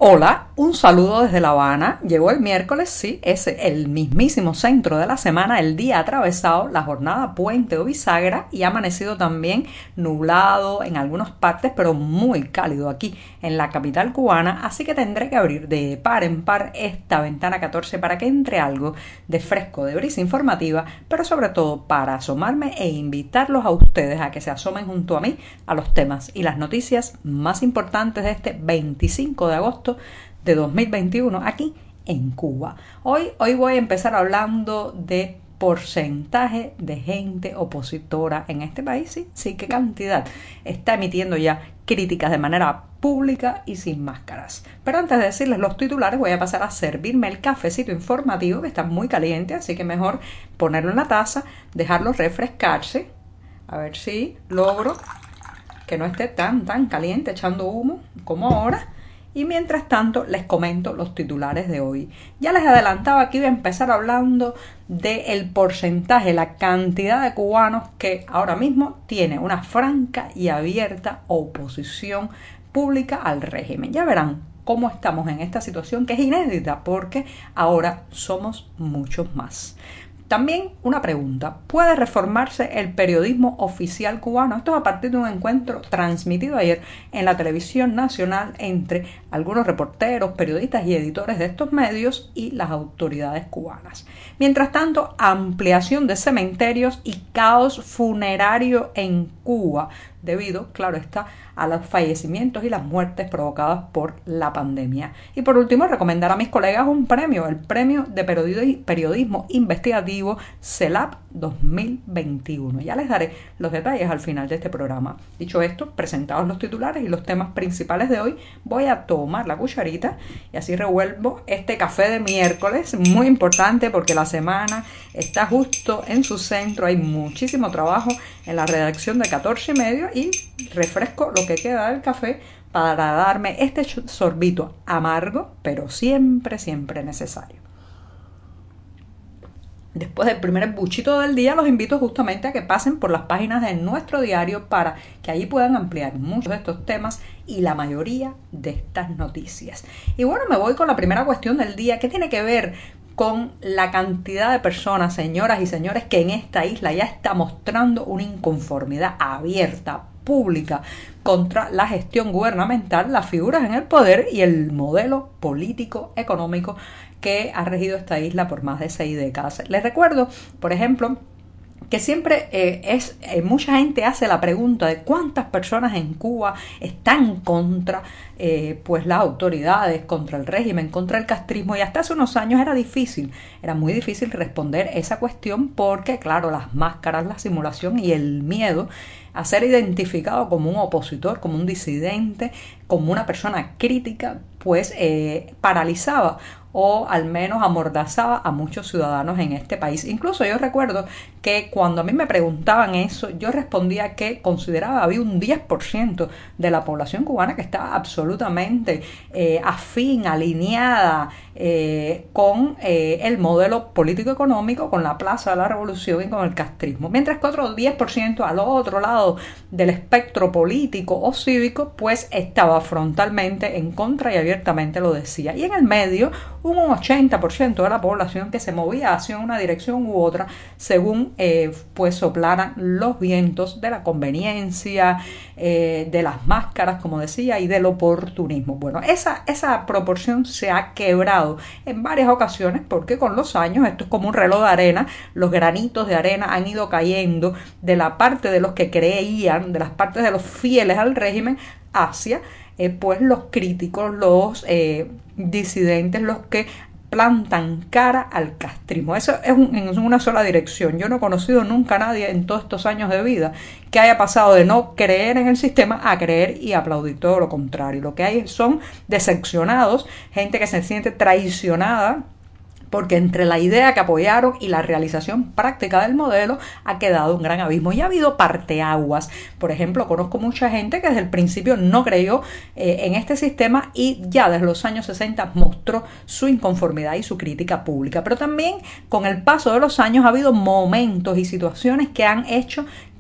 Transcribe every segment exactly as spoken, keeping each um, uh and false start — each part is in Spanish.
Hola, un saludo desde La Habana. Llegó el miércoles, sí, es el mismísimo centro de la semana, el día atravesado, la jornada puente o bisagra y ha amanecido también nublado en algunas partes, pero muy cálido aquí en la capital cubana, así que tendré que abrir de par en par esta ventana catorce para que entre algo de fresco, de brisa informativa, pero sobre todo para asomarme e invitarlos a ustedes a que se asomen junto a mí a los temas y las noticias más importantes de este veinticinco de agosto de dos mil veintiuno aquí en Cuba. Hoy, hoy voy a empezar hablando de porcentaje de gente opositora en este país. Sí, sí, qué cantidad está emitiendo ya críticas de manera pública y sin máscaras. Pero antes de decirles los titulares, voy a pasar a servirme el cafecito informativo que está muy caliente, así que mejor ponerlo en la taza, dejarlo refrescarse, a ver si logro que no esté tan tan caliente echando humo como ahora. Y mientras tanto les comento los titulares de hoy. Ya les adelantaba que iba a empezar hablando del porcentaje, la cantidad de cubanos que ahora mismo tiene una franca y abierta oposición pública al régimen. Ya verán cómo estamos en esta situación que es inédita porque ahora somos muchos más. También una pregunta, ¿puede reformarse el periodismo oficial cubano? Esto es a partir de un encuentro transmitido ayer en la televisión nacional entre algunos reporteros, periodistas y editores de estos medios y las autoridades cubanas. Mientras tanto, ampliación de cementerios y caos funerario en Cuba, debido, claro está, a los fallecimientos y las muertes provocadas por la pandemia. Y por último, recomendar a mis colegas un premio, el Premio de Periodismo Investigativo CELAP dos mil veintiuno. Ya les daré los detalles al final de este programa. Dicho esto, presentados los titulares y los temas principales de hoy, voy a tomar la cucharita y así revuelvo este café de miércoles, muy importante porque la semana está justo en su centro, hay muchísimo trabajo en la redacción de catorce y medio y refresco lo que queda del café para darme este sorbito amargo, pero siempre, siempre necesario. Después del primer buchito del día, los invito justamente a que pasen por las páginas de nuestro diario para que allí puedan ampliar muchos de estos temas y la mayoría de estas noticias. Y bueno, me voy con la primera cuestión del día, que tiene que ver con la cantidad de personas, señoras y señores, que en esta isla ya está mostrando una inconformidad abierta, pública, contra la gestión gubernamental, las figuras en el poder y el modelo político económico que ha regido esta isla por más de seis décadas. Les recuerdo, por ejemplo, que siempre eh, es eh, mucha gente hace la pregunta de cuántas personas en Cuba están contra eh, pues las autoridades, contra el régimen, contra el castrismo, y hasta hace unos años era difícil, era muy difícil responder esa cuestión porque, claro, las máscaras, la simulación y el miedo a ser identificado como un opositor, como un disidente, como una persona crítica, pues eh, paralizaba o al menos amordazaba a muchos ciudadanos en este país. Incluso yo recuerdo que cuando a mí me preguntaban eso, yo respondía que consideraba había un diez por ciento de la población cubana que estaba absolutamente eh, afín, alineada eh, con eh, el modelo político-económico, con la Plaza de la Revolución y con el castrismo. Mientras que otro diez por ciento al otro lado del espectro político o cívico, pues estaba frontalmente en contra y abiertamente lo decía. Y en el medio, un ochenta por ciento de la población que se movía hacia una dirección u otra según eh, pues soplaran los vientos de la conveniencia, eh, de las máscaras, como decía, y del oportunismo. Bueno, esa, esa proporción se ha quebrado en varias ocasiones porque con los años, esto es como un reloj de arena, los granitos de arena han ido cayendo de la parte de los que creían, de las partes de los fieles al régimen, hacia eh, pues los críticos, los eh, disidentes, los que plantan cara al castrismo. Eso es un, en una sola dirección. Yo no he conocido nunca a nadie en todos estos años de vida que haya pasado de no creer en el sistema a creer y aplaudir todo lo contrario. Lo que hay son decepcionados, gente que se siente traicionada porque entre la idea que apoyaron y la realización práctica del modelo ha quedado un gran abismo y ha habido parteaguas. Por ejemplo, conozco mucha gente que desde el principio no creyó eh, en este sistema y ya desde los años sesenta mostró su inconformidad y su crítica pública. Pero también con el paso de los años ha habido momentos y situaciones que han hecho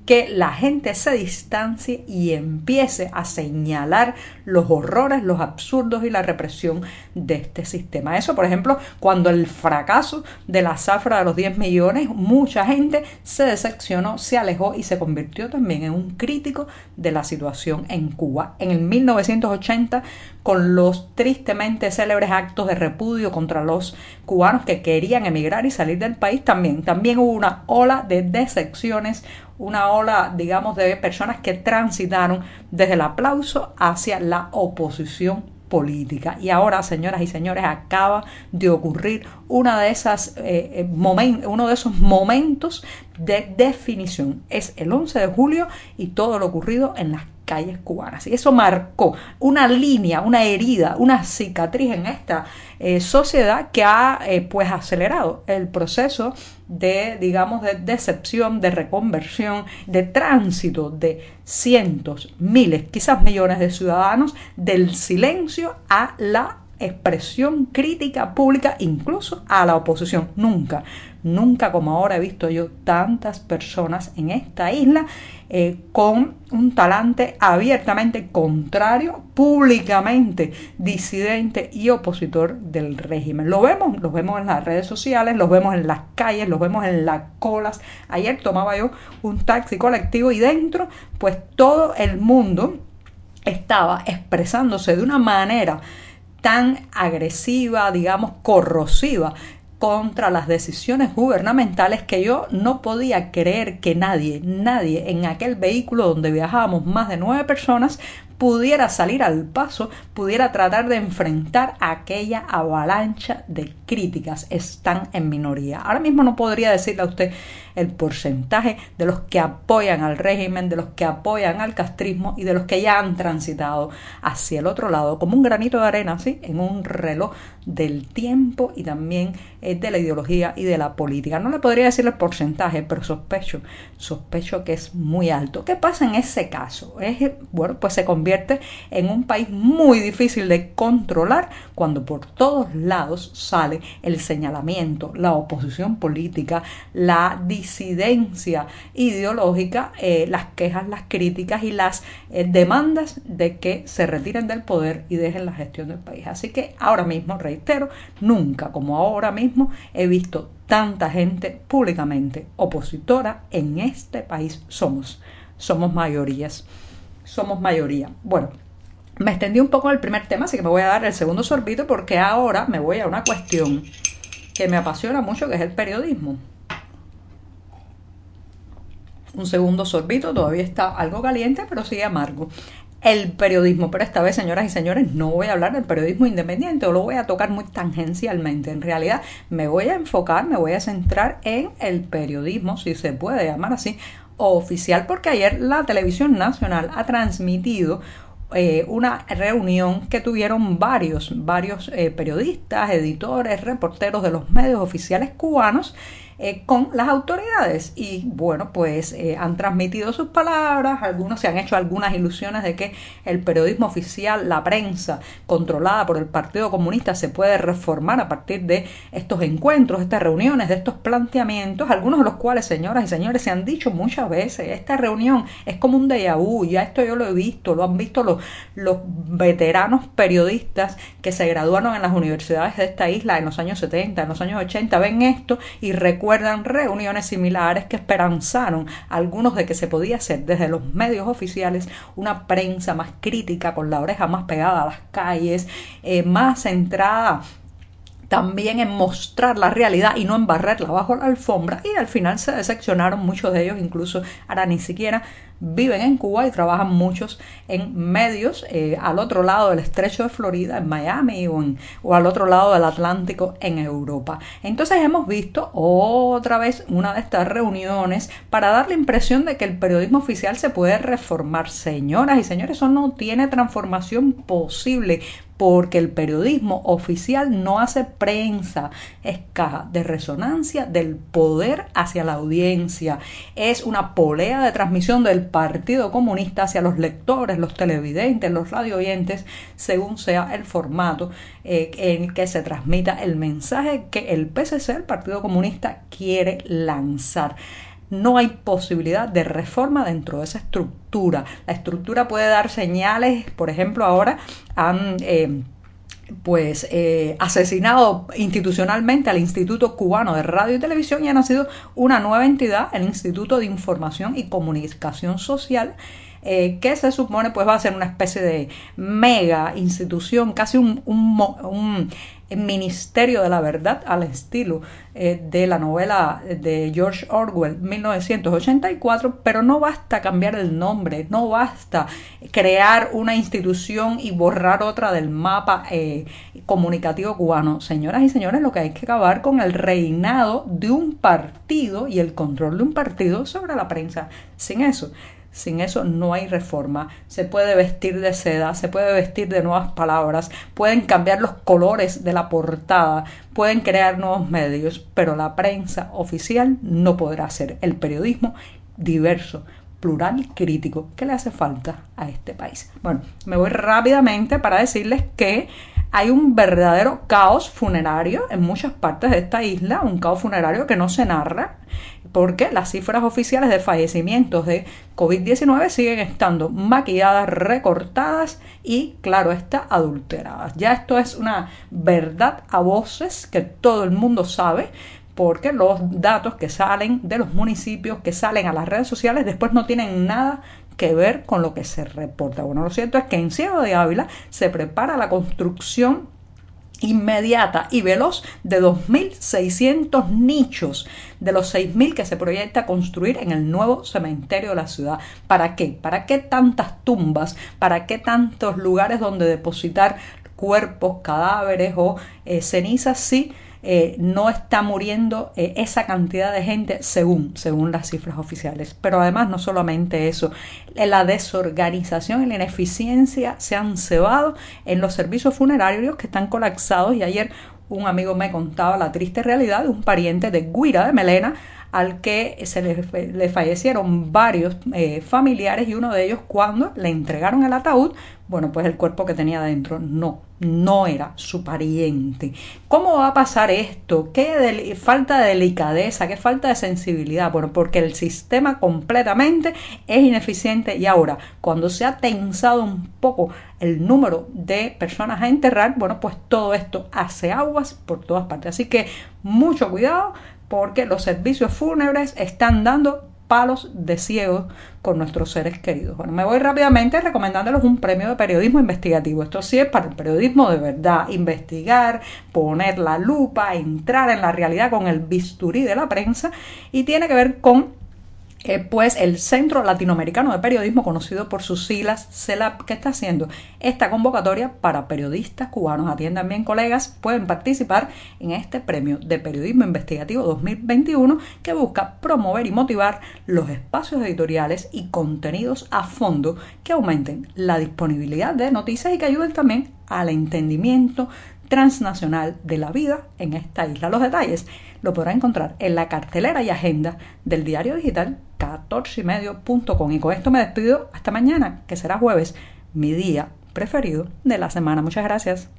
que la gente se distancie y empiece a señalar los horrores, los absurdos y la represión de este sistema. Eso, por ejemplo, cuando el fracaso de la zafra de los diez millones, mucha gente se decepcionó, se alejó y se convirtió también en un crítico de la situación en Cuba. En el mil novecientos ochenta, con los tristemente célebres actos de repudio contra los cubanos que querían emigrar y salir del país, también, también hubo una ola de decepciones, una ola, digamos, de personas que transitaron desde el aplauso hacia la oposición política. Y ahora, señoras y señores, acaba de ocurrir una de esas, eh, moment, uno de esos momentos de definición. Es el once de julio y todo lo ocurrido en las calles cubanas. Y eso marcó una línea, una herida, una cicatriz en esta eh, sociedad que ha eh, pues acelerado el proceso de, digamos, de decepción, de reconversión, de tránsito de cientos, miles, quizás millones de ciudadanos del silencio a la expresión crítica pública, incluso a la oposición. Nunca, nunca como ahora he visto yo tantas personas en esta isla eh, con un talante abiertamente contrario, públicamente disidente y opositor del régimen. Lo vemos, los vemos en las redes sociales, los vemos en las calles, los vemos en las colas. Ayer tomaba yo un taxi colectivo y dentro, pues todo el mundo estaba expresándose de una manera tan agresiva, digamos, corrosiva contra las decisiones gubernamentales que yo no podía creer que nadie, nadie en aquel vehículo donde viajábamos más de nueve personas pudiera salir al paso, pudiera tratar de enfrentar aquella avalancha de críticas. Están en minoría. Ahora mismo no podría decirle a usted el porcentaje de los que apoyan al régimen, de los que apoyan al castrismo y de los que ya han transitado hacia el otro lado, como un granito de arena, ¿sí?, en un reloj del tiempo y también eh, de la ideología y de la política. No le podría decir el porcentaje, pero sospecho, sospecho que es muy alto. ¿Qué pasa en ese caso? Es, bueno, pues se convierte en un país muy difícil de controlar cuando por todos lados sale el señalamiento, la oposición política, la disidencia ideológica, eh, las quejas, las críticas y las eh, demandas de que se retiren del poder y dejen la gestión del país. Así que ahora mismo, reitero, nunca como ahora mismo he visto tanta gente públicamente opositora en este país. Somos, somos mayorías. Somos mayoría. Bueno, me extendí un poco en el primer tema, así que me voy a dar el segundo sorbito porque ahora me voy a una cuestión que me apasiona mucho, que es el periodismo. Un segundo sorbito, todavía está algo caliente, pero sigue amargo. El periodismo, pero esta vez, señoras y señores, no voy a hablar del periodismo independiente o lo voy a tocar muy tangencialmente. En realidad me voy a enfocar, me voy a centrar en el periodismo, si se puede llamar así, oficial, porque ayer la televisión nacional ha transmitido eh, una reunión que tuvieron varios, varios eh, periodistas, editores, reporteros de los medios oficiales cubanos eh, con las autoridades y bueno, pues eh, han transmitido sus palabras. Algunos se han hecho algunas ilusiones de que el periodismo oficial, la prensa controlada por el Partido Comunista se puede reformar a partir de estos encuentros, estas reuniones, de estos planteamientos, algunos de los cuales, señoras y señores, se han dicho muchas veces. Esta reunión es como un déjà vu, ya esto yo lo he visto, lo han visto los, los veteranos periodistas que se graduaron en las universidades de esta isla en los años setenta, en los años ochenta, ven esto y recuerdan reuniones similares que esperanzaron a algunos de que se podía hacer desde los medios oficiales una prensa más crítica, con la oreja más pegada a las calles, eh, más centrada también en mostrar la realidad y no en barrerla bajo la alfombra, y al final se decepcionaron muchos de ellos. Incluso ahora ni siquiera viven en Cuba y trabajan muchos en medios eh, al otro lado del estrecho de Florida, en Miami o, en, o al otro lado del Atlántico en Europa. Entonces hemos visto otra vez una de estas reuniones para dar la impresión de que el periodismo oficial se puede reformar. Señoras y señores, eso no tiene transformación posible, porque el periodismo oficial no hace prensa, es caja de resonancia del poder hacia la audiencia, es una polea de transmisión del Partido Comunista hacia los lectores, los televidentes, los radioyentes, según sea el formato eh, en el que se transmita el mensaje que el P C C, el Partido Comunista, quiere lanzar. no hay posibilidad de reforma dentro de esa estructura. La estructura puede dar señales, por ejemplo, ahora han... Eh, pues eh, asesinado institucionalmente al Instituto Cubano de Radio y Televisión y ha nacido una nueva entidad, el Instituto de Información y Comunicación Social, eh, que se supone pues va a ser una especie de mega institución, casi un, un, un ministerio de la verdad al estilo eh, de la novela de George Orwell mil novecientos ochenta y cuatro, pero no basta cambiar el nombre, no basta crear una institución y borrar otra del mapa eh, comunicativo cubano. Señoras y señores, lo que hay que acabar con el reinado de un partido y el control de un partido sobre la prensa. Sin eso Sin eso no hay reforma. Se puede vestir de seda, se puede vestir de nuevas palabras, pueden cambiar los colores de la portada, pueden crear nuevos medios, pero la prensa oficial no podrá ser el periodismo diverso, plural y crítico que le hace falta a este país. Bueno, me voy rápidamente para decirles que hay un verdadero caos funerario en muchas partes de esta isla, un caos funerario que no se narra, porque las cifras oficiales de fallecimientos de COVID diecinueve siguen estando maquilladas, recortadas y, claro está, adulteradas. Ya esto es una verdad a voces que todo el mundo sabe, porque los datos que salen de los municipios, que salen a las redes sociales, después no tienen nada que ver con lo que se reporta. Bueno, lo cierto es que en Ciego de Ávila se prepara la construcción inmediata y veloz de dos mil seiscientos nichos de los seis mil que se proyecta construir en el nuevo cementerio de la ciudad. ¿Para qué? ¿Para qué tantas tumbas? ¿Para qué tantos lugares donde depositar cuerpos, cadáveres o eh, cenizas si eh, no está muriendo eh, esa cantidad de gente según, según las cifras oficiales? Pero además no solamente eso, la desorganización y la ineficiencia se han cebado en los servicios funerarios que están colapsados, y ayer un amigo me contaba la triste realidad de un pariente de Guira de Melena al que se le, le fallecieron varios eh, familiares, y uno de ellos, cuando le entregaron el ataúd, bueno, pues el cuerpo que tenía dentro no, no era su pariente. ¿Cómo va a pasar esto? ¿Qué del, falta de delicadeza? ¿Qué falta de sensibilidad? Bueno, porque el sistema completamente es ineficiente, y ahora, cuando se ha tensado un poco el número de personas a enterrar, bueno, pues todo esto hace aguas por todas partes. Así que mucho cuidado, porque los servicios fúnebres están dando palos de ciego con nuestros seres queridos. Bueno, me voy rápidamente recomendándoles un premio de periodismo investigativo. Esto sí es para el periodismo de verdad, investigar, poner la lupa, entrar en la realidad con el bisturí de la prensa, y tiene que ver con Eh, pues el Centro Latinoamericano de Periodismo, conocido por sus siglas CELAP, que está haciendo esta convocatoria para periodistas cubanos. Atiendan bien, colegas, pueden participar en este premio de periodismo investigativo dos mil veintiuno, que busca promover y motivar los espacios editoriales y contenidos a fondo que aumenten la disponibilidad de noticias y que ayuden también al entendimiento transnacional de la vida en esta isla. Los detalles lo podrá encontrar en la cartelera y agenda del diario digital catorce y medio punto com. Y con esto me despido hasta mañana, que será jueves, mi día preferido de la semana. Muchas gracias.